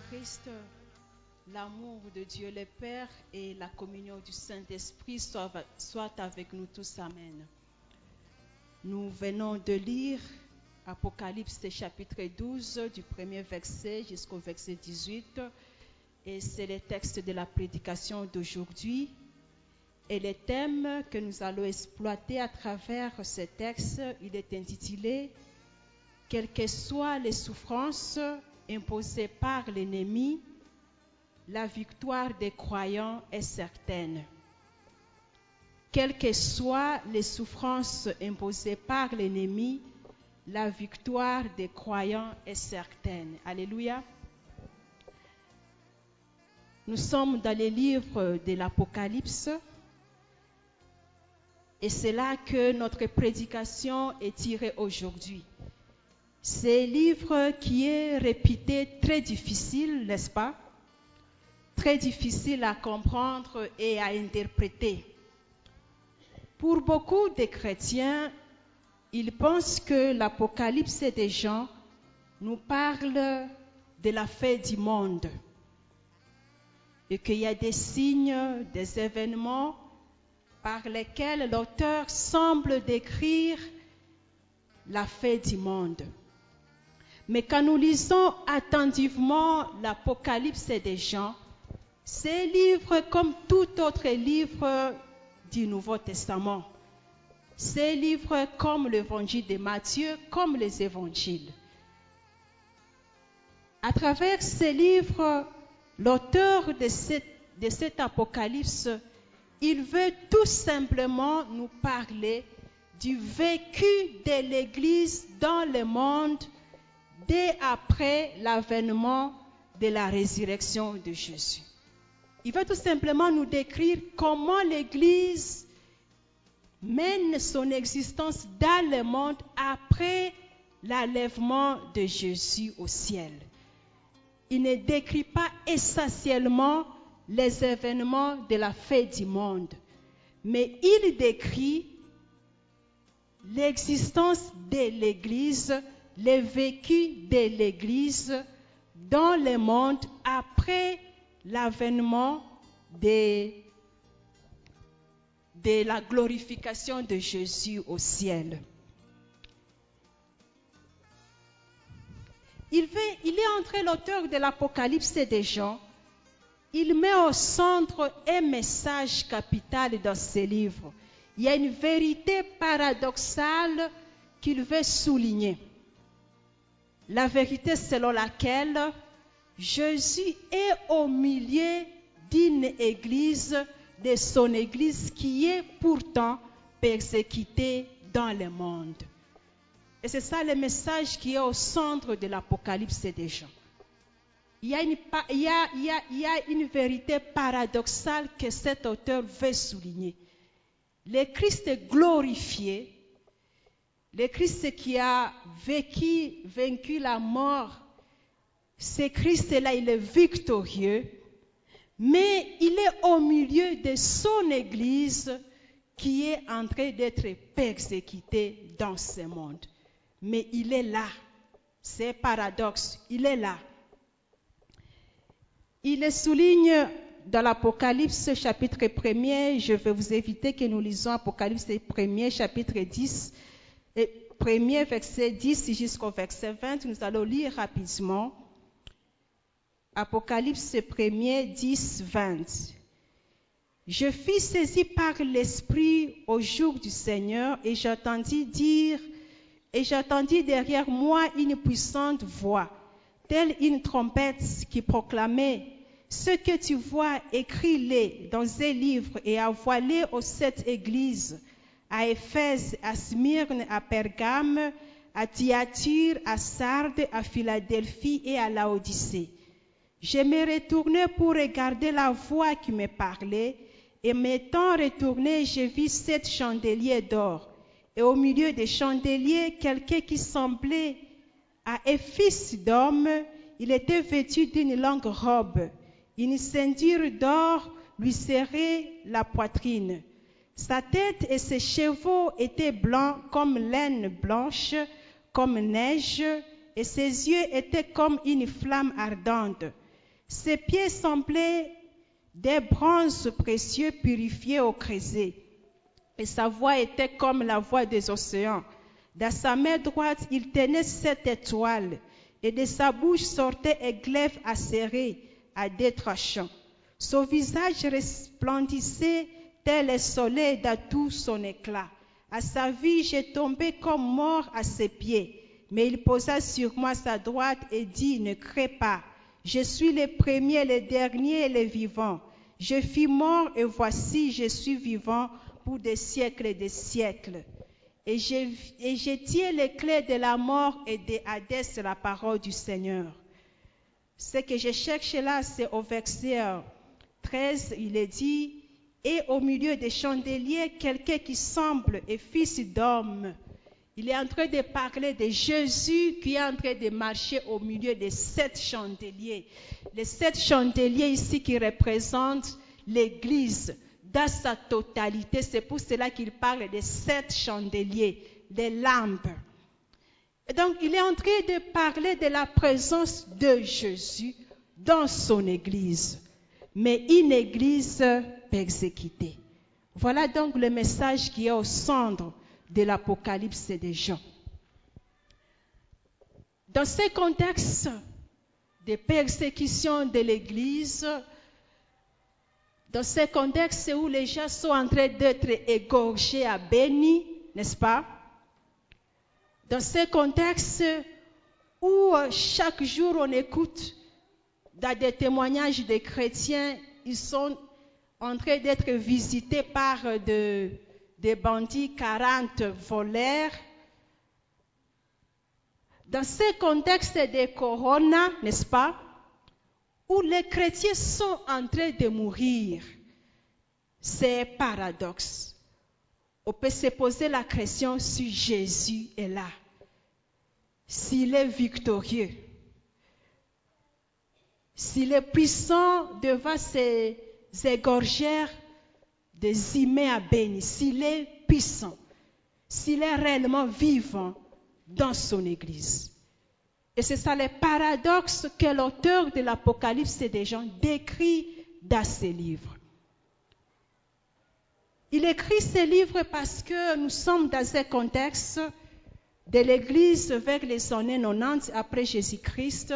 Jésus-Christ, l'amour de Dieu le Père et la communion du Saint-Esprit soient avec nous tous. Amen. Nous venons de lire Apocalypse chapitre 12 du premier verset jusqu'au verset 18 et c'est le texte de la prédication d'aujourd'hui. Et le thème que nous allons exploiter à travers ce texte, il est intitulé « Quelles que soient les souffrances imposées par l'ennemi, la victoire des croyants est certaine. » Quelles que soient les souffrances imposées par l'ennemi, la victoire des croyants est certaine. Alléluia. Nous sommes dans les livres de l'Apocalypse. Et c'est là que notre prédication est tirée aujourd'hui. C'est un livre qui est réputé très difficile, n'est-ce pas? Très difficile à comprendre et à interpréter. Pour beaucoup de chrétiens, ils pensent que l'Apocalypse des Jean nous parle de la fin du monde et qu'il y a des signes, des événements par lesquels l'auteur semble décrire la fin du monde. Mais quand nous lisons attentivement l'Apocalypse des Jean, c'est un livre comme tout autre livre du Nouveau Testament. C'est un livre comme l'évangile de Matthieu, comme les évangiles. À travers ce livre, l'auteur de cet Apocalypse, il veut tout simplement nous parler du vécu de l'Église dans le monde dès après l'avènement de la résurrection de Jésus. Il veut tout simplement nous décrire comment l'Église mène son existence dans le monde après l'enlèvement de Jésus au ciel. Il ne décrit pas essentiellement les événements de la fin du monde, mais il décrit l'existence de l'Église, le vécu de l'Église dans le monde après l'avènement de la glorification de Jésus au ciel. Il est entre l'auteur de l'Apocalypse des Jean. Il met au centre un message capital dans ce livre. Il y a une vérité paradoxale qu'il veut souligner. La vérité selon laquelle Jésus est au milieu d'une église, de son église qui est pourtant persécutée dans le monde. Et c'est ça le message qui est au centre de l'Apocalypse des Jean. Il y a une vérité paradoxale que cet auteur veut souligner. Le Christ est glorifié, le Christ qui a vaincu la mort, ce Christ-là, il est victorieux, mais il est au milieu de son Église qui est en train d'être persécutée dans ce monde. Mais il est là, c'est un paradoxe, il est là. Il le souligne dans l'Apocalypse chapitre 1er. Je vais vous éviter que nous lisons Apocalypse 1er chapitre 10, premier verset 10 jusqu'au verset 20. Nous allons lire rapidement. Apocalypse 1er, 10, 20. Je fus saisi par l'Esprit au jour du Seigneur et j'entendis derrière moi une puissante voix, telle une trompette qui proclamait « Ce que tu vois, écris-le dans un livre et envoie-le aux 7 églises, à Éphèse, à Smyrne, à Pergame, à Thyatire, à Sardes, à Philadelphie et à Laodicée. » Je me retournai pour regarder la voix qui me parlait, et m'étant retourné, je vis 7 chandeliers d'or, et au milieu des chandeliers, quelqu'un qui semblait à un fils d'homme. Il était vêtu d'une longue robe. Une ceinture d'or lui serrait la poitrine. Sa tête et ses cheveux étaient blancs comme laine blanche, comme neige, et ses yeux étaient comme une flamme ardente. Ses pieds semblaient des bronzes précieux purifiés au creuset, et sa voix était comme la voix des océans. Dans sa main droite, il tenait 7 étoiles, et de sa bouche sortaient un glaive acéré à 2 tranchants. Son visage resplendissait tel le soleil dans tout son éclat. À sa vue, j'ai tombé comme mort à ses pieds. Mais il posa sur moi sa droite et dit, ne crains pas. Je suis le premier, le dernier et le vivant. Je fus mort et voici, je suis vivant pour des siècles et des siècles. Et je tiens les clés de la mort et de Hadès, la parole du Seigneur. Ce que je cherche là, c'est au verset 13, il est dit, et au milieu des chandeliers, quelqu'un qui semble un fils d'homme. Il est en train de parler de Jésus qui est en train de marcher au milieu des 7 chandeliers. Les 7 chandeliers ici qui représentent l'Église dans sa totalité. C'est pour cela qu'il parle des 7 chandeliers, des lampes. Et donc, il est en train de parler de la présence de Jésus dans son Église. Mais une Église persécutée. Voilà donc le message qui est au centre de l'Apocalypse de Jean. Dans ce contexte de persécution de l'Église, dans ce contexte où les gens sont en train d'être égorgés à béni, n'est-ce pas? Dans ce contexte où chaque jour on écoute dans des témoignages des chrétiens, ils sont en train d'être visités par des bandits, 40 voleurs. Dans ce contexte de corona, n'est-ce pas, où les chrétiens sont en train de mourir, c'est un paradoxe. On peut se poser la question si Jésus est là, s'il est victorieux, s'il est puissant devant ces égorgeurs des humains à béni, s'il est puissant, s'il est réellement vivant dans son Église. Et c'est ça le paradoxe que l'auteur de l'Apocalypse de Jean décrit dans ses livres. Il écrit ces livres parce que nous sommes dans un contexte de l'Église vers les années 90 après Jésus-Christ,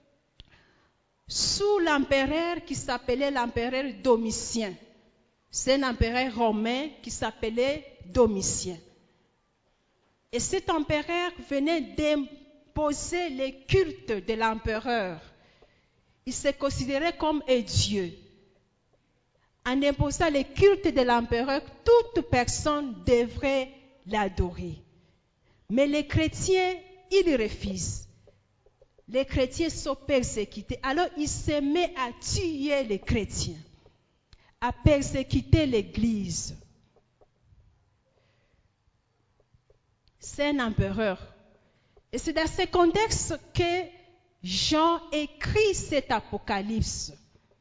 sous l'empereur qui s'appelait l'empereur Domitien. C'est un empereur romain qui s'appelait Domitien. Et cet empereur venait d'imposer le culte de l'empereur. Il se considérait comme un dieu. En imposant le culte de l'empereur, toute personne devrait l'adorer. Mais les chrétiens, ils refusent. Les chrétiens sont persécutés. Alors, il se met à tuer les chrétiens, à persécuter l'Église. C'est un empereur. Et c'est dans ce contexte que Jean écrit cet Apocalypse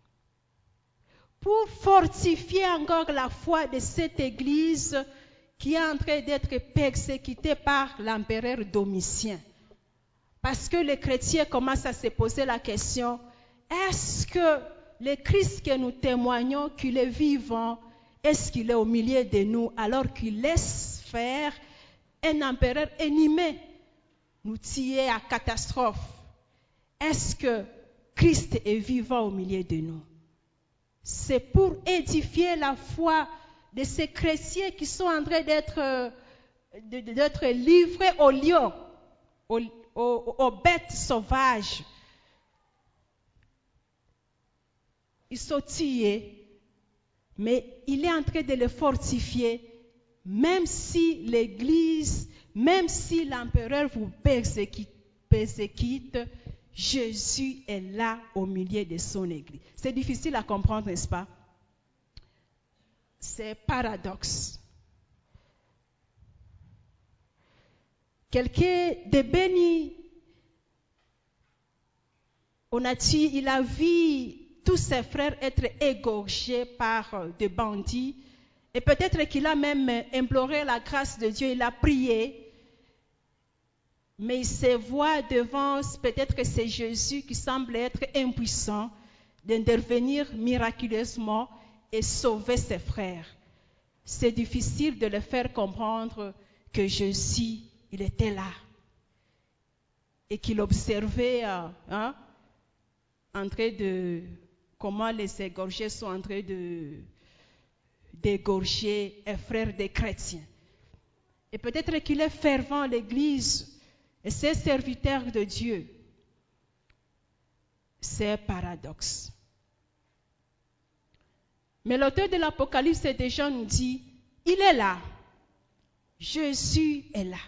pour fortifier encore la foi de cette Église qui est en train d'être persécutée par l'empereur Domitien. Parce que les chrétiens commencent à se poser la question, est-ce que le Christ que nous témoignons qu'il est vivant, est-ce qu'il est au milieu de nous alors qu'il laisse faire un empereur inhumain nous tuer à catastrophe? Est-ce que Christ est vivant au milieu de nous? C'est pour édifier la foi de ces chrétiens qui sont en train d'être livrés aux lions, aux bêtes sauvages. Ils sont tués, mais il est en train de les fortifier, même si l'Église, même si l'empereur vous persécute, Jésus est là au milieu de son Église. C'est difficile à comprendre, n'est-ce pas? C'est paradoxe. Quelqu'un de béni, il a vu tous ses frères être égorgés par des bandits. Et peut-être qu'il a même imploré la grâce de Dieu, il a prié. Mais il se voit devant, peut-être que c'est Jésus qui semble être impuissant. d'intervenir miraculeusement et sauver ses frères. C'est difficile de leur faire comprendre que Jésus, il était là et qu'il observait en train de comment les égorgés sont en train d'égorger un frère des chrétiens. Et peut-être qu'il est fervent à l'Église et c'est serviteur de Dieu. C'est un paradoxe. Mais l'auteur de l'Apocalypse de Jean nous dit, il est là. Jésus est là.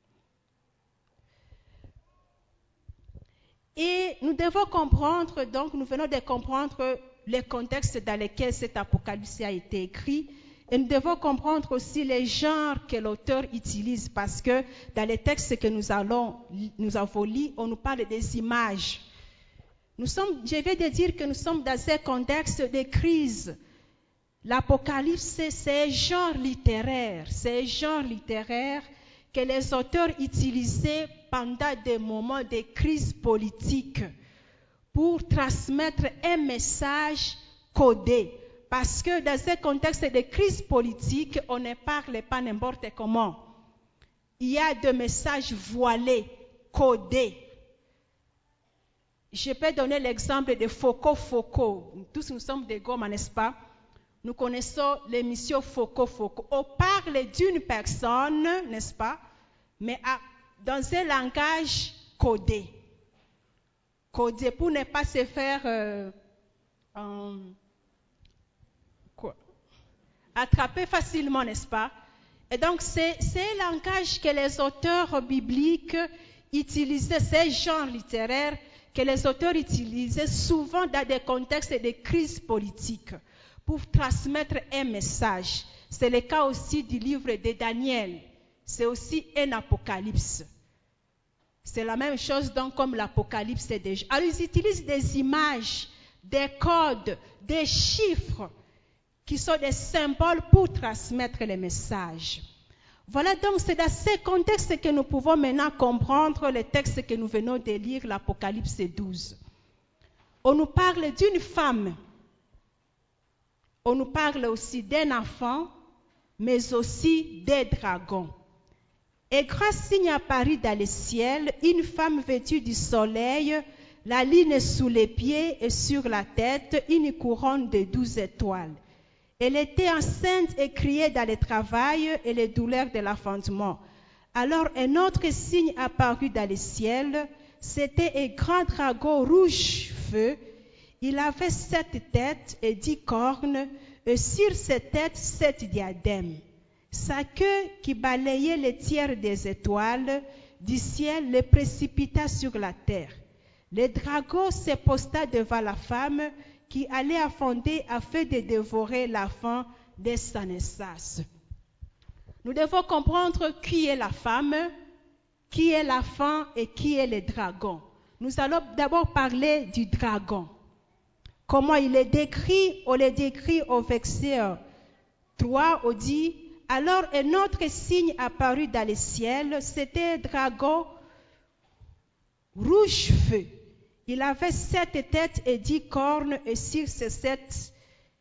Et nous devons comprendre, donc nous venons de comprendre les contextes dans lesquels cet Apocalypse a été écrit. Et nous devons comprendre aussi les genres que l'auteur utilise parce que dans les textes que nous avons lus, on nous parle des images. Je vais te dire que nous sommes dans un contexte de crise. L'Apocalypse, c'est un genre littéraire. C'est un genre littéraire que les auteurs utilisaient pendant des moments de crise politique pour transmettre un message codé. Parce que dans ce contexte de crise politique, on ne parle pas n'importe comment. Il y a des messages voilés, codés. Je peux donner l'exemple de Foucault. Tous nous sommes des Goma, n'est-ce pas? Nous connaissons l'émission Foucault. On parle d'une personne, n'est-ce pas? Mais dans un langage codé. Codé pour ne pas se faire attraper facilement, n'est-ce pas? Et donc, c'est un langage que les auteurs bibliques utilisaient, ces genres littéraires que les auteurs utilisaient souvent dans des contextes de crise politique pour transmettre un message. C'est le cas aussi du livre de Daniel. C'est aussi un apocalypse. C'est la même chose donc comme l'apocalypse des gens. Alors ils utilisent des images, des codes, des chiffres qui sont des symboles pour transmettre les messages. Voilà donc c'est dans ce contexte que nous pouvons maintenant comprendre les textes que nous venons de lire, l'Apocalypse 12. On nous parle d'une femme. On nous parle aussi d'un enfant, mais aussi des dragons. Et grand signe apparut dans le ciel, une femme vêtue du soleil, la lune sous les pieds et sur la tête, une couronne de 12 étoiles. Elle était enceinte et criait dans le travail et les douleurs de l'enfantement. Alors un autre signe apparut dans le ciel, c'était un grand dragon rouge feu. Il avait 7 têtes et 10 cornes, et sur ses têtes 7 diadèmes. Sa queue qui balayait les tiers des étoiles du ciel les précipita sur la terre. Le dragon se posta devant la femme qui allait affonder afin de dévorer l'enfant dès sa naissance. Nous devons comprendre qui est la femme, qui est l'enfant et qui est le dragon. Nous allons d'abord parler du dragon. Comment il est décrit? On le décrit au verset 3, on dit « Alors un autre signe apparut dans le ciel, c'était un dragon rouge feu. Il avait 7 têtes et 10 cornes, et sur ces 7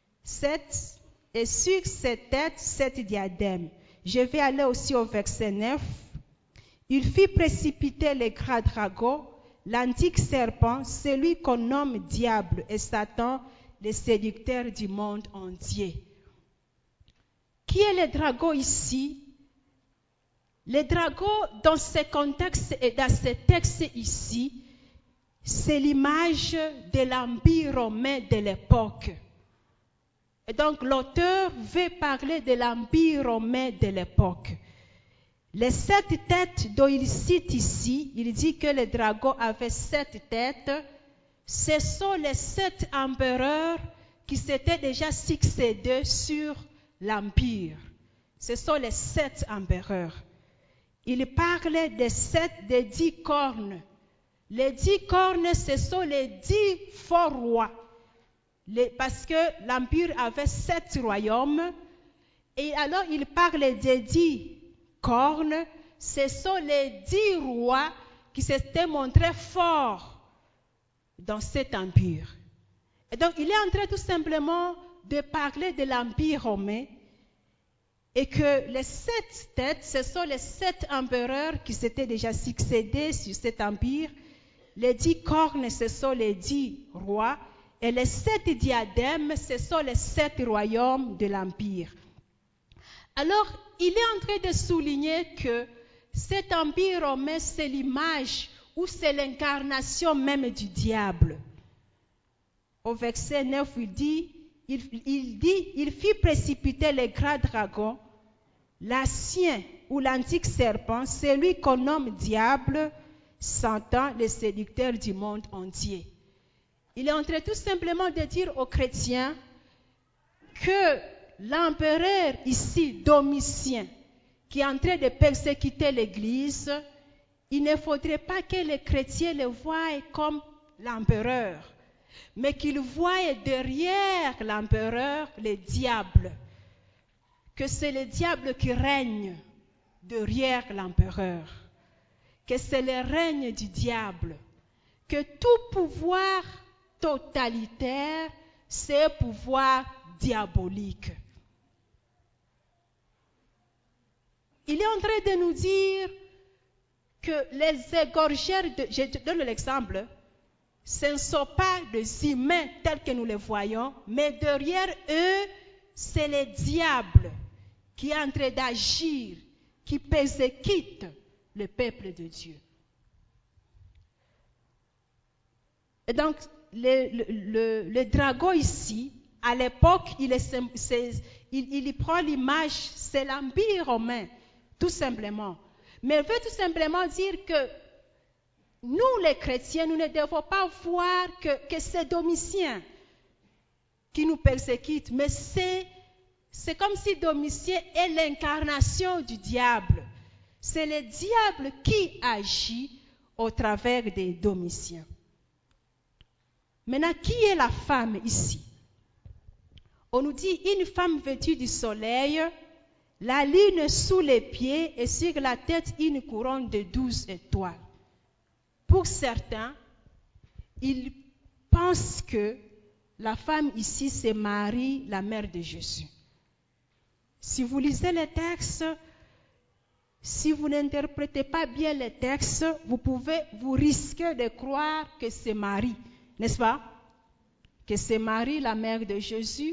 têtes, 7 diadèmes. » Je vais aller aussi au verset 9. Il fit précipiter le grand dragon, l'antique serpent, celui qu'on nomme diable et Satan, le séducteur du monde entier. Qui est le dragon ici? Le dragon, dans ce contexte et dans ce texte ici, c'est l'image de l'Empire romain de l'époque. Et donc l'auteur veut parler de l'Empire romain de l'époque. Les 7 têtes dont il cite ici, il dit que le dragon avait 7 têtes. Ce sont les 7 empereurs qui s'étaient déjà succédés sur l'Empire. Ce sont les 7 empereurs. Il parle des 10 cornes. Les 10 cornes, ce sont les 10 forts rois. Parce que l'Empire avait 7 royaumes. Et alors, il parle des 10 cornes. Ce sont les 10 rois qui s'étaient montrés forts dans cet empire. Et donc, il est en train tout simplement de parler de l'Empire romain et que les 7 têtes, ce sont les 7 empereurs qui s'étaient déjà succédés sur cet empire. Les 10 cornes, ce sont les 10 rois. Et les 7 diadèmes, ce sont les 7 royaumes de l'empire. Alors, il est en train de souligner que cet empire romain, c'est l'image ou c'est l'incarnation même du diable. Au verset 9, il fit précipiter les grands dragons, l'ancien ou l'antique serpent, celui qu'on nomme diable, Satan, le séducteur du monde entier. Il est en train tout simplement de dire aux chrétiens que l'empereur ici, Domitien, qui est en train de persécuter l'Église, il ne faudrait pas que les chrétiens le voient comme l'empereur, mais qu'ils voient derrière l'empereur le diable, que c'est le diable qui règne derrière l'empereur, que c'est le règne du diable, que tout pouvoir totalitaire, c'est un pouvoir diabolique. Il est en train de nous dire que les égorgeurs, je te donne l'exemple, ce ne sont pas des humains tels que nous les voyons, mais derrière eux, c'est le diable qui est en train d'agir, qui persécute le peuple de Dieu. Et donc, le dragon ici, à l'époque, il prend l'image, c'est l'empire romain, tout simplement. Mais il veut tout simplement dire que nous, les chrétiens, nous ne devons pas voir que c'est Domitien qui nous persécute, mais c'est comme si Domitien est l'incarnation du diable. C'est le diable qui agit au travers de Domitien. Maintenant, qui est la femme ici? On nous dit une femme vêtue du soleil, la lune sous les pieds et sur la tête une couronne de 12 étoiles. Pour certains, ils pensent que la femme ici, c'est Marie, la mère de Jésus. Si vous lisez les textes, si vous n'interprétez pas bien les textes, vous risquez de croire que c'est Marie, n'est-ce pas? Que c'est Marie, la mère de Jésus,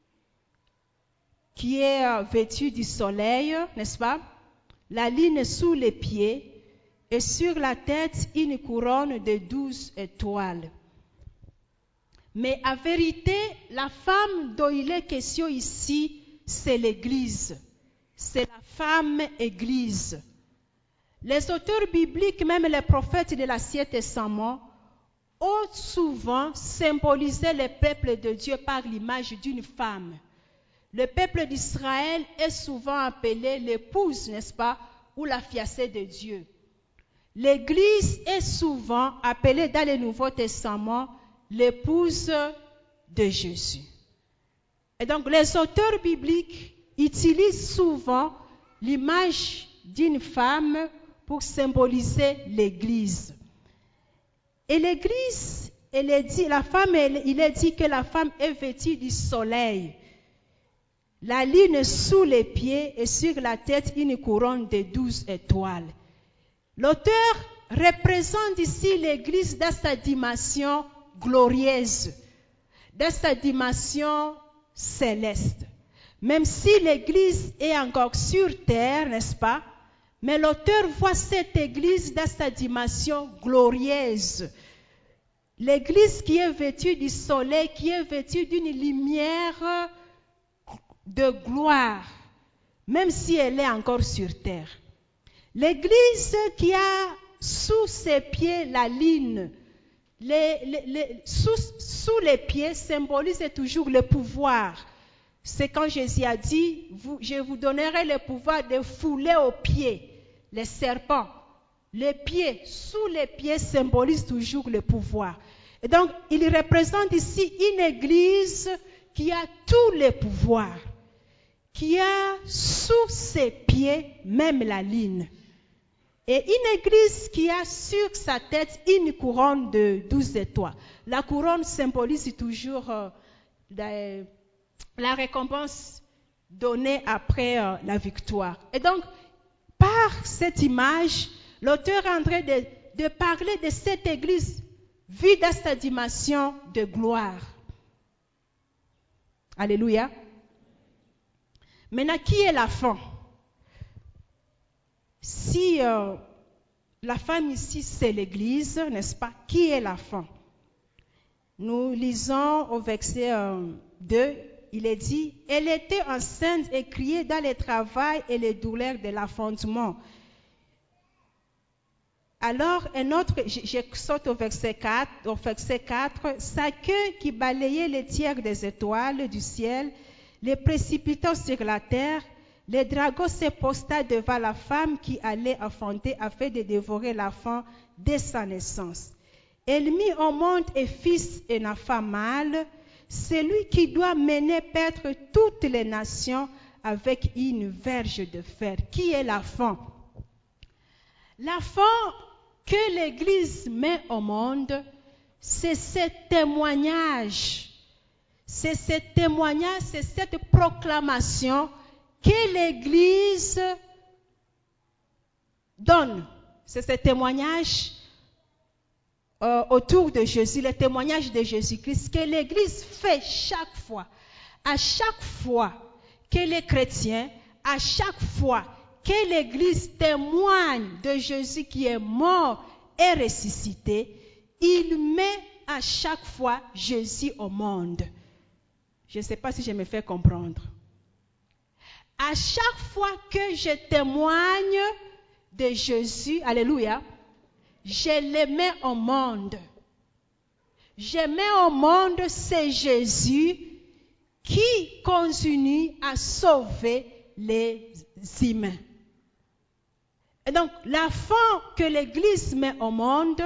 qui est vêtue du soleil, n'est-ce pas? La lune sous les pieds et sur la tête une couronne de 12 étoiles. Mais en vérité, la femme dont il est question ici, c'est l'Église. C'est la femme Église. Les auteurs bibliques, même les prophètes de l'Ancien Testament, ont souvent symbolisé le peuple de Dieu par l'image d'une femme. Le peuple d'Israël est souvent appelé l'épouse, n'est-ce pas, ou la fiancée de Dieu. L'Église est souvent appelée dans le Nouveau Testament l'épouse de Jésus. Et donc les auteurs bibliques utilisent souvent l'image d'une femme pour symboliser l'Église. Et l'Église, il est dit que la femme est vêtue du soleil, la lune sous les pieds et sur la tête une couronne de 12 étoiles. L'auteur représente ici l'Église dans sa dimension glorieuse, dans sa dimension céleste. Même si l'Église est encore sur terre, n'est-ce pas? Mais l'auteur voit cette Église dans sa dimension glorieuse. L'Église qui est vêtue du soleil, qui est vêtue d'une lumière de gloire, même si elle est encore sur terre. L'Église qui a sous ses pieds la lune, sous les pieds symbolise toujours le pouvoir. C'est quand Jésus a dit, je vous donnerai le pouvoir de fouler aux pieds les serpents. Les pieds, sous les pieds symbolisent toujours le pouvoir. Et donc, il représente ici une église qui a tous les pouvoirs, qui a sous ses pieds même la lune. Et une église qui a sur sa tête une couronne de 12 étoiles. La couronne symbolise toujours la récompense donnée après la victoire. Et donc, par cette image, l'auteur est en train de parler de cette église vue dans sa dimension de gloire. Alléluia. Maintenant, qui est la femme? Si la femme ici, c'est l'église, n'est-ce pas? Qui est la femme? Nous lisons au verset 2, il est dit, « Elle était enceinte et criait dans le travail et les douleurs de l'enfantement. » Alors, un autre, je saute au verset 4, sa queue qui balayait les tiers des étoiles du ciel, les précipitant sur la terre, le dragon se posta devant la femme qui allait enfanter afin de dévorer l'enfant dès sa naissance. Elle mit au monde un fils et un enfant mâle, celui qui doit mener paître toutes les nations avec une verge de fer. Qui est l'enfant? L'enfant que l'Église met au monde, c'est ce témoignage. C'est ce témoignage, c'est cette proclamation que l'Église donne. C'est ce témoignage autour de Jésus, le témoignage de Jésus-Christ que l'Église fait chaque fois. À chaque fois que les chrétiens, à chaque fois que l'Église témoigne de Jésus qui est mort et ressuscité, il met à chaque fois Jésus au monde. Je ne sais pas si je me fais comprendre. À chaque fois que je témoigne de Jésus, alléluia, je le mets au monde. Je mets au monde ce Jésus qui continue à sauver les humains. Et donc, l'enfant que l'Église met au monde,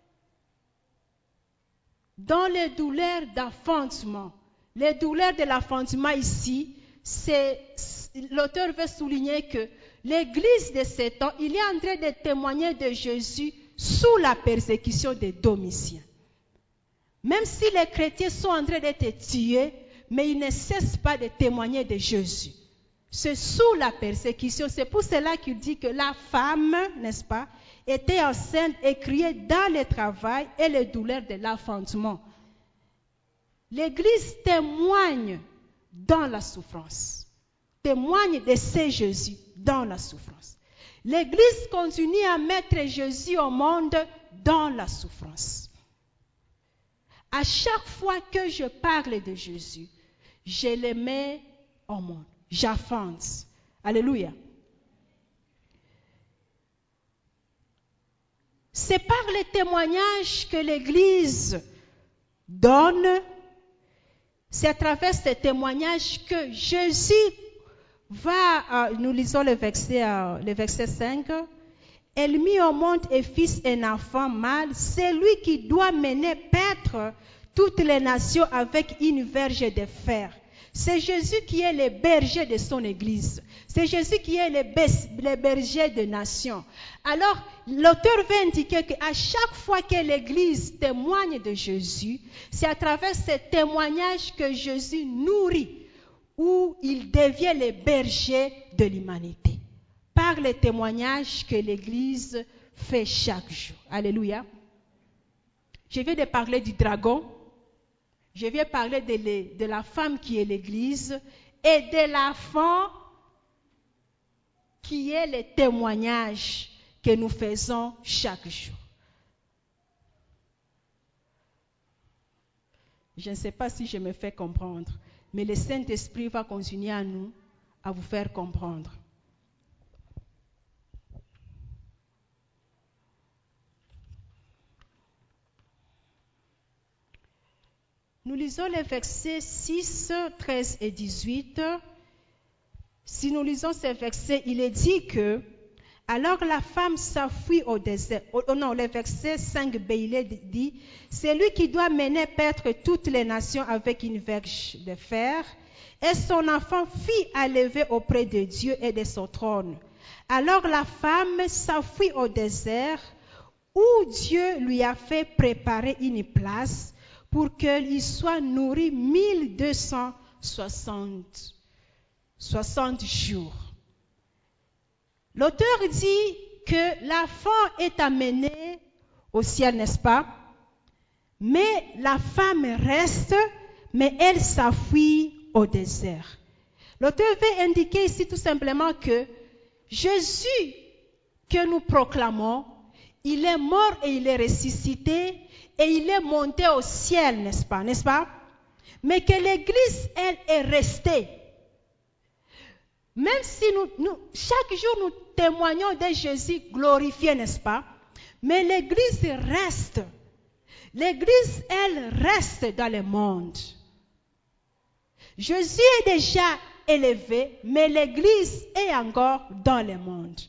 dans les douleurs d'enfantement, les douleurs de l'enfantement ici, l'auteur veut souligner que l'Église de ces temps, il est en train de témoigner de Jésus sous la persécution des Domitiens. Même si les chrétiens sont en train d'être tués, mais ils ne cessent pas de témoigner de Jésus. C'est sous la persécution. C'est pour cela qu'il dit que la femme, n'est-ce pas, était enceinte et criait dans le travail et les douleurs de l'enfantement. L'Église témoigne dans la souffrance. Témoigne de ce Jésus dans la souffrance. L'Église continue à mettre Jésus au monde dans la souffrance. À chaque fois que je parle de Jésus, je le mets au monde. J'avance. Alléluia. C'est par les témoignages que l'Église donne, c'est à travers ces témoignages que Jésus va, nous lisons le verset 5, elle mit au monde un fils et un enfant mâle, c'est lui qui doit mener paître toutes les nations avec une verge de fer. C'est Jésus qui est le berger de son Église. C'est Jésus qui est le berger des nations. Alors, l'auteur veut indiquer qu'à chaque fois que l'Église témoigne de Jésus, c'est à travers ce témoignage que Jésus nourrit, où il devient le berger de l'humanité. Par les témoignages que l'Église fait chaque jour. Alléluia. Je viens de parler du dragon. Je viens parler de la femme qui est l'Église et de l'enfant qui est le témoignage que nous faisons chaque jour. Je ne sais pas si je me fais comprendre, mais le Saint-Esprit va continuer à vous faire comprendre. Nous lisons les versets 6, 13 et 18. Si nous lisons ces versets, il est dit que alors la femme s'enfuit au désert. Le verset 5b, il est dit, c'est lui qui doit mener paître toutes les nations avec une verge de fer, et son enfant fit à lever auprès de Dieu et de son trône. Alors la femme s'enfuit au désert où Dieu lui a fait préparer une place pour qu'elle y soit nourrie 1260 jours. L'auteur dit que l'enfant est amené au ciel, n'est-ce pas? Mais la femme reste, mais elle s'enfuit au désert. L'auteur veut indiquer ici tout simplement que Jésus que nous proclamons, il est mort et il est ressuscité et il est monté au ciel, n'est-ce pas? Mais que l'Église, elle, est restée. Même si chaque jour nous témoignons de Jésus glorifié, n'est-ce pas? Mais l'Église reste. L'Église, elle reste dans le monde. Jésus est déjà élevé, mais l'Église est encore dans le monde.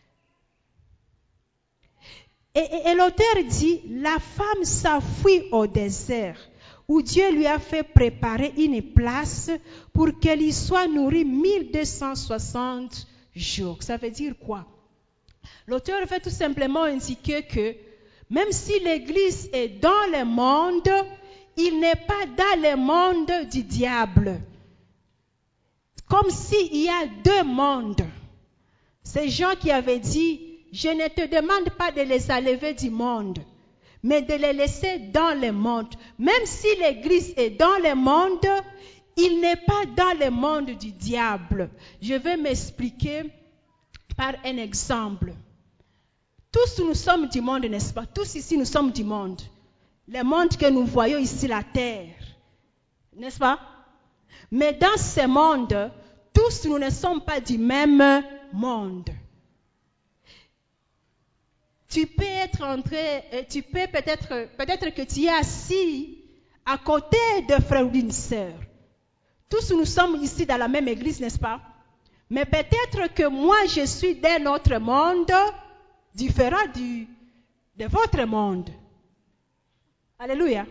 Et l'auteur dit, la femme s'enfuit au désert, où Dieu lui a fait préparer une place pour qu'elle y soit nourrie 1260 jours. Ça veut dire quoi? L'auteur veut tout simplement indiquer que même si l'Église est dans le monde, il n'est pas dans le monde du diable. Comme s'il y a deux mondes. Ces gens qui avaient dit, je ne te demande pas de les enlever du monde, mais de les laisser dans le monde. Même si l'Église est dans le monde, il n'est pas dans le monde du diable. Je vais m'expliquer par un exemple. Tous nous sommes du monde, n'est-ce pas? Tous ici nous sommes du monde. Le monde que nous voyons ici, la terre. N'est-ce pas? Mais dans ce monde, tous nous ne sommes pas du même monde. Tu peux peut-être que tu es assis à côté de frère ou d'une sœur. Tous nous sommes ici dans la même église, n'est-ce pas? Mais peut-être que moi je suis d'un autre monde différent de votre monde. Alléluia.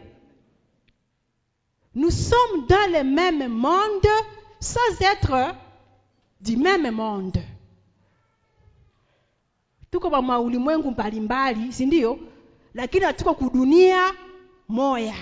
Nous sommes dans le même monde sans être du même monde. Tuko kwa ulimwengu mbalimbali, si ndio? Lakini tuko kudunia moya.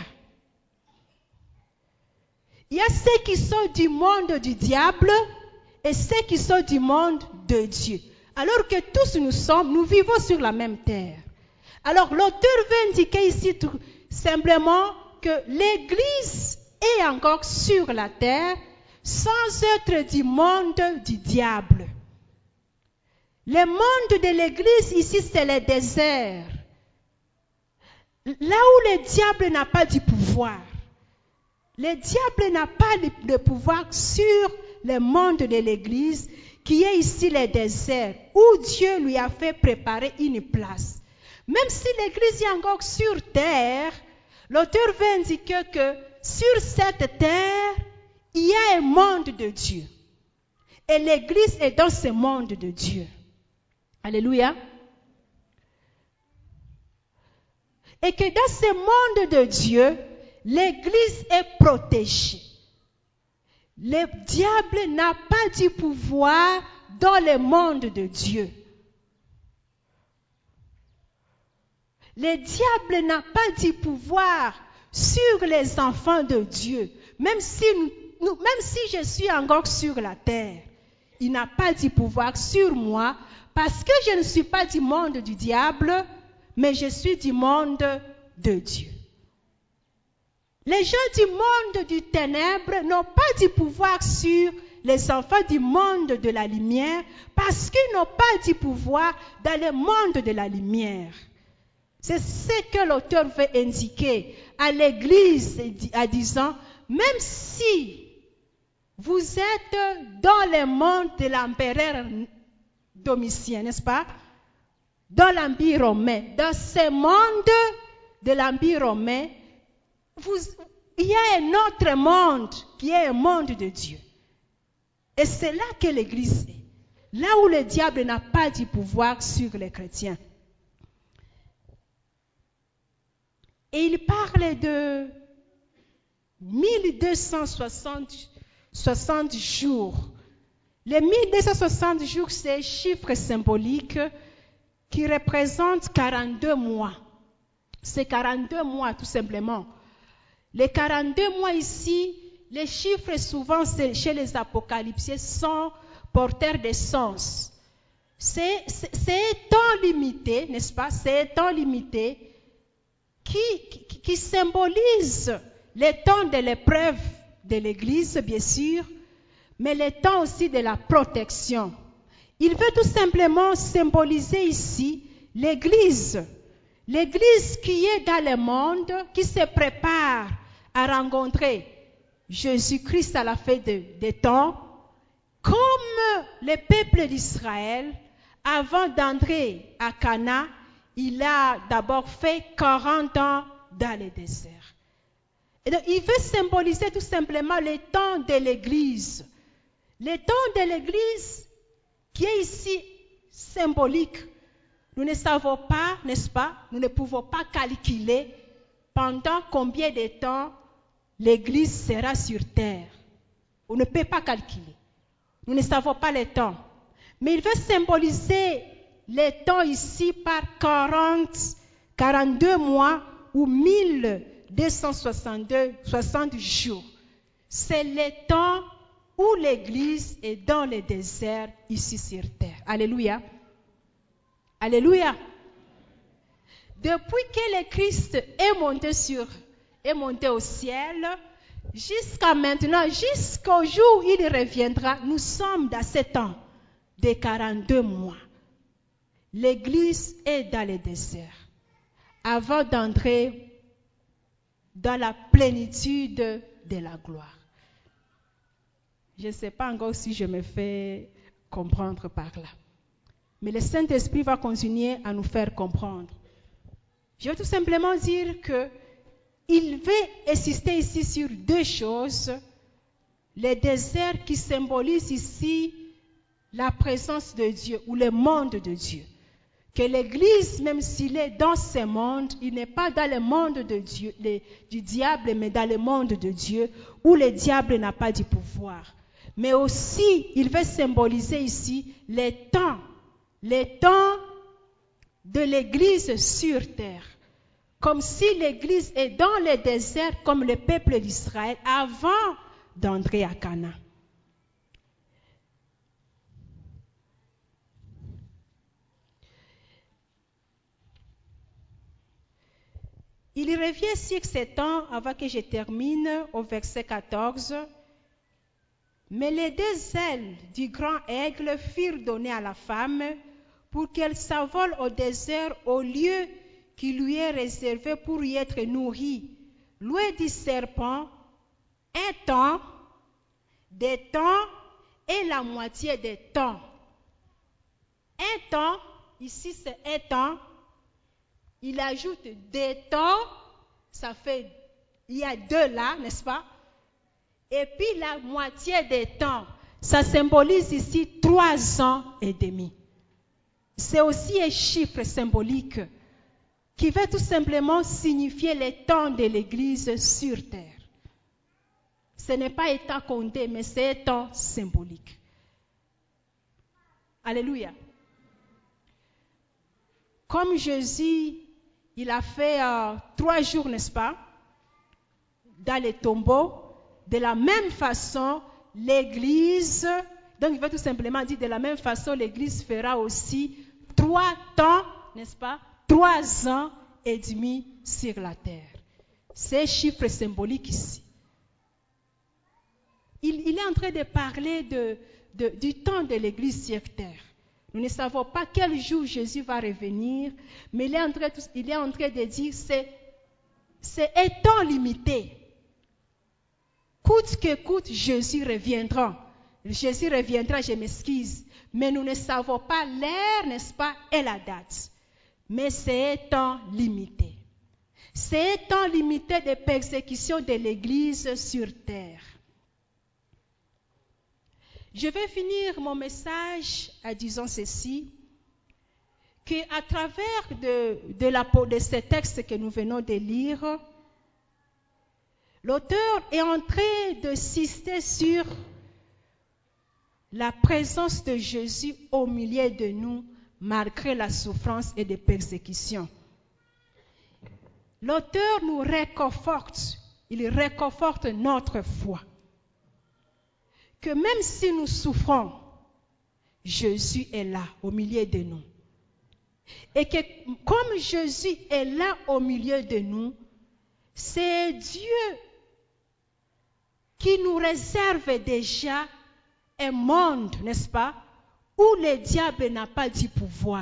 Il y a ceux qui sont du monde du diable et ceux qui sont du monde de Dieu. Alors que tous nous vivons sur la même terre. Alors l'auteur veut indiquer ici tout simplement que l'Église est encore sur la terre sans être du monde du diable. Le monde de l'Église ici, c'est le désert. Là où le diable n'a pas du pouvoir. Le diable n'a pas de pouvoir sur le monde de l'Église qui est ici le désert où Dieu lui a fait préparer une place. Même si l'Église est encore sur terre, l'auteur veut indiquer que sur cette terre, il y a un monde de Dieu. Et l'Église est dans ce monde de Dieu. Alléluia. Et que dans ce monde de Dieu, l'Église est protégée. Le diable n'a pas du pouvoir dans le monde de Dieu. Le diable n'a pas du pouvoir sur les enfants de Dieu. Même si je suis encore sur la terre, il n'a pas du pouvoir sur moi parce que je ne suis pas du monde du diable, mais je suis du monde de Dieu. Les gens du monde du ténèbre n'ont pas du pouvoir sur les enfants du monde de la lumière parce qu'ils n'ont pas du pouvoir dans le monde de la lumière. C'est ce que l'auteur veut indiquer à l'Église en disant, même si vous êtes dans le monde de l'empereur Domitien, n'est-ce pas? Dans l'Empire romain, dans ce monde de l'Empire romain, il y a un autre monde qui est un monde de Dieu. Et c'est là que l'Église est. Là où le diable n'a pas du pouvoir sur les chrétiens. Et il parle de 1260 jours Les 1260 jours, c'est un chiffre symbolique qui représente 42 mois. C'est 42 mois tout simplement. Les 42 mois ici, les chiffres souvent chez les apocalyptiens sont porteurs de sens. C'est un temps limité, n'est-ce pas? C'est un temps limité qui symbolise le temps de l'épreuve de l'Église, bien sûr, mais le temps aussi de la protection. Il veut tout simplement symboliser ici l'Église. L'Église qui est dans le monde, qui se prépare à rencontrer Jésus-Christ à la fin des temps, comme le peuple d'Israël, avant d'entrer à Cana, il a d'abord fait 40 ans dans le désert. Et donc, il veut symboliser tout simplement le temps de l'Église. Le temps de l'Église qui est ici symbolique. Nous ne savons pas, n'est-ce pas, nous ne pouvons pas calculer pendant combien de temps l'Église sera sur terre. On ne peut pas calculer. Nous ne savons pas le temps. Mais il veut symboliser le temps ici par 42 mois ou 1260 jours. C'est le temps où l'Église est dans le désert ici sur terre. Alléluia. Alléluia. Depuis que le Christ est monté au ciel, jusqu'à maintenant, jusqu'au jour où il reviendra, nous sommes dans ce temps de 42 mois. L'Église est dans le désert avant d'entrer dans la plénitude de la gloire. Je ne sais pas encore si je me fais comprendre par là. Mais le Saint-Esprit va continuer à nous faire comprendre. Je veux tout simplement dire qu'il veut insister ici sur deux choses. Le désert qui symbolise ici la présence de Dieu ou le monde de Dieu. Que l'Église, même s'il est dans ce monde, il n'est pas dans le monde de Dieu, du diable, mais dans le monde de Dieu, où le diable n'a pas du pouvoir. Mais aussi, il veut symboliser ici le temps de l'Église sur terre. Comme si l'Église est dans le désert comme le peuple d'Israël avant d'entrer à Cana. Il revient sur ce temps avant que je termine au verset 14. Mais les deux ailes du grand aigle furent données à la femme pour qu'elle s'envole au désert au lieu qui lui est réservé pour y être nourrie. Loin du serpent, un temps, des temps et la moitié des temps. Un temps, ici c'est un temps. Il ajoute des temps, ça fait, il y a deux là, n'est-ce pas? Et puis la moitié des temps, ça symbolise ici 3 ans et demi. C'est aussi un chiffre symbolique qui veut tout simplement signifier le temps de l'Église sur terre. Ce n'est pas un temps compté, mais c'est un temps symbolique. Alléluia. Comme Jésus, il a fait 3 jours, n'est-ce pas, dans les tombeaux. De la même façon, l'Église, donc il veut tout simplement dire, de la même façon, l'Église fera aussi 3 temps, n'est-ce pas, 3 ans et demi sur la terre. C'est un chiffre symbolique ici. Il est en train de parler du temps de l'Église sur terre. Nous ne savons pas quel jour Jésus va revenir, mais il est en train de dire que c'est un temps limité. Coûte que coûte, Jésus reviendra. Jésus reviendra, je m'excuse. Mais nous ne savons pas l'heure, n'est-ce pas, et la date. Mais c'est un temps limité. C'est un temps limité de persécution de l'Église sur terre. Je vais finir mon message en disant ceci, qu'à travers de ce texte que nous venons de lire, l'auteur est en train d'insister sur la présence de Jésus au milieu de nous malgré la souffrance et les persécutions. L'auteur nous réconforte, il réconforte notre foi. Que même si nous souffrons, Jésus est là au milieu de nous. Et que comme Jésus est là au milieu de nous, c'est Dieu qui nous réserve déjà un monde, n'est-ce pas, où le diable n'a pas du pouvoir.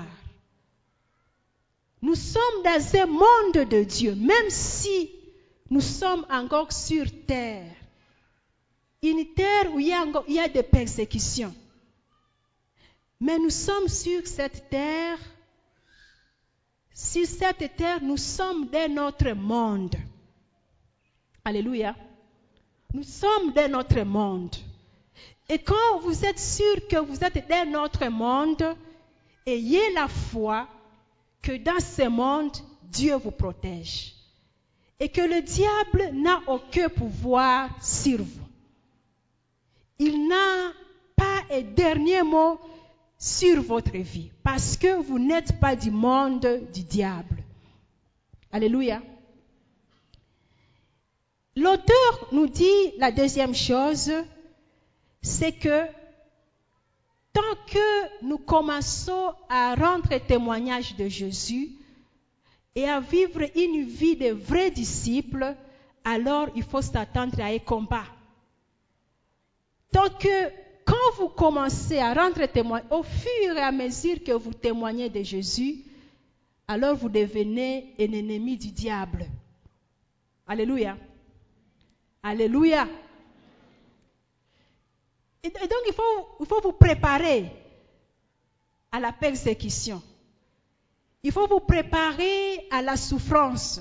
Nous sommes dans un monde de Dieu, même si nous sommes encore sur terre. Une terre où il y a des persécutions. Mais nous sommes sur cette terre. Sur cette terre, nous sommes dans notre monde. Alléluia. Nous sommes dans notre monde. Et quand vous êtes sûr que vous êtes dans notre monde, ayez la foi que dans ce monde, Dieu vous protège. Et que le diable n'a aucun pouvoir sur vous. Il n'a pas un dernier mot sur votre vie. Parce que vous n'êtes pas du monde du diable. Alléluia. L'auteur nous dit la deuxième chose, c'est que tant que nous commençons à rendre témoignage de Jésus et à vivre une vie de vrais disciples, alors il faut s'attendre à un combat. Tant que quand vous commencez à rendre témoignage, au fur et à mesure que vous témoignez de Jésus, alors vous devenez un ennemi du diable. Alléluia. Alléluia. Et donc, il faut vous préparer à la persécution. Il faut vous préparer à la souffrance.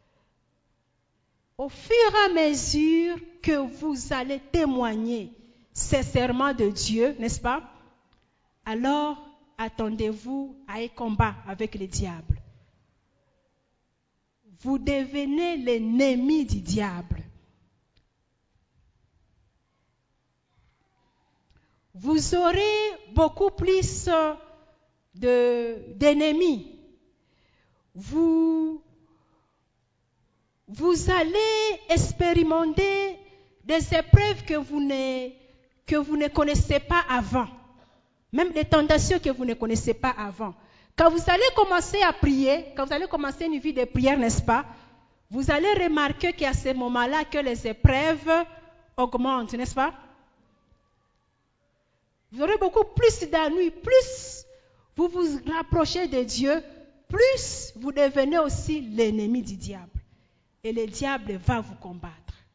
Au fur et à mesure que vous allez témoigner sincèrement de Dieu, n'est-ce pas? Alors, attendez-vous à un combat avec le diable. Vous devenez l'ennemi du diable. Vous aurez beaucoup plus d'ennemis. Vous allez expérimenter des épreuves que vous ne connaissez pas avant. Même des tentations que vous ne connaissez pas avant. Quand vous allez commencer à prier, quand vous allez commencer une vie de prière, n'est-ce pas? Vous allez remarquer qu'à ce moment-là, que les épreuves augmentent, n'est-ce pas? Vous aurez beaucoup plus d'ennuis, plus vous vous rapprochez de Dieu, plus vous devenez aussi l'ennemi du diable. Et le diable va vous combattre.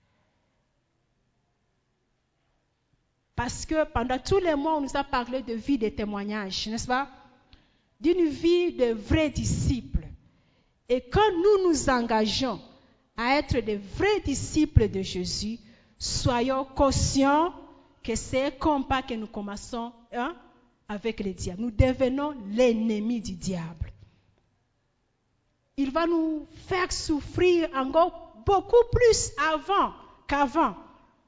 Parce que pendant tous les mois, on nous a parlé de vie de témoignage, n'est-ce pas? D'une vie de vrais disciples. Et quand nous nous engageons à être de vrais disciples de Jésus, soyons conscients que c'est un combat que nous commençons avec le diable. Nous devenons l'ennemi du diable. Il va nous faire souffrir encore beaucoup plus qu'avant.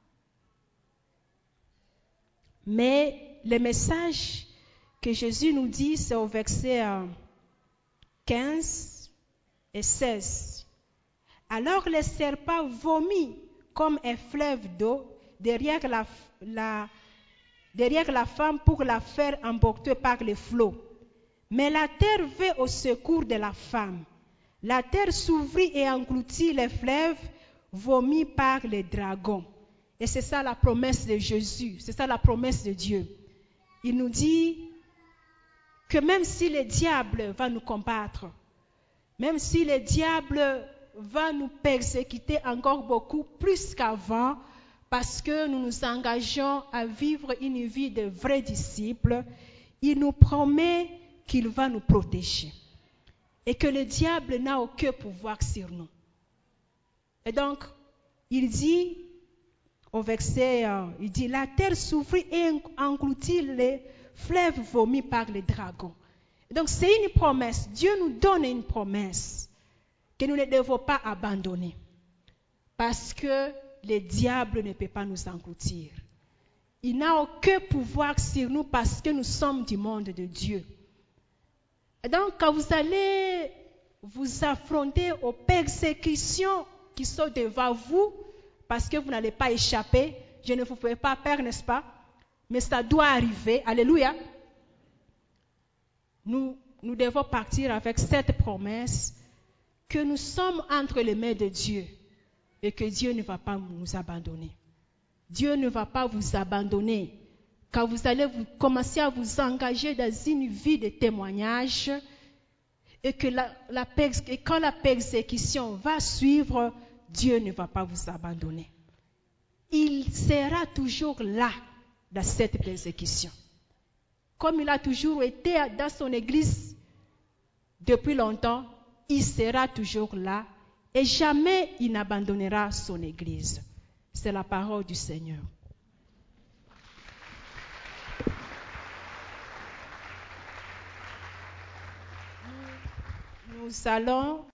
Mais le message que Jésus nous dit, c'est au verset 15 et 16. Alors le serpent vomit comme un fleuve d'eau derrière la femme pour la faire emporter par les flots. Mais la terre vint au secours de la femme. La terre s'ouvrit et engloutit les fleuves vomis par les dragons. Et c'est ça la promesse de Jésus, c'est ça la promesse de Dieu. Il nous dit que même si le diable va nous combattre, même si le diable va nous persécuter encore beaucoup plus qu'avant, parce que nous nous engageons à vivre une vie de vrais disciples, il nous promet qu'il va nous protéger et que le diable n'a aucun pouvoir sur nous. Et donc, il dit au verset, il dit, la terre s'ouvrit et engloutit les fleuves vomis par les dragons. Et donc, c'est une promesse. Dieu nous donne une promesse que nous ne devons pas abandonner parce que le diable ne peut pas nous engloutir. il n'a aucun pouvoir sur nous parce que nous sommes du monde de Dieu. Et donc, quand vous allez vous affronter aux persécutions qui sont devant vous, parce que vous n'allez pas échapper, je ne vous fais pas peur, n'est-ce pas? Mais ça doit arriver. Alléluia. Nous devons partir avec cette promesse que nous sommes entre les mains de Dieu et que Dieu ne va pas nous abandonner. Dieu ne va pas vous abandonner. Quand vous allez commencer à vous engager dans une vie de témoignage et que quand la persécution va suivre, Dieu ne va pas vous abandonner. Il sera toujours là dans cette persécution. Comme il a toujours été dans son église depuis longtemps, il sera toujours là et jamais il n'abandonnera son église. C'est la parole du Seigneur. Nous allons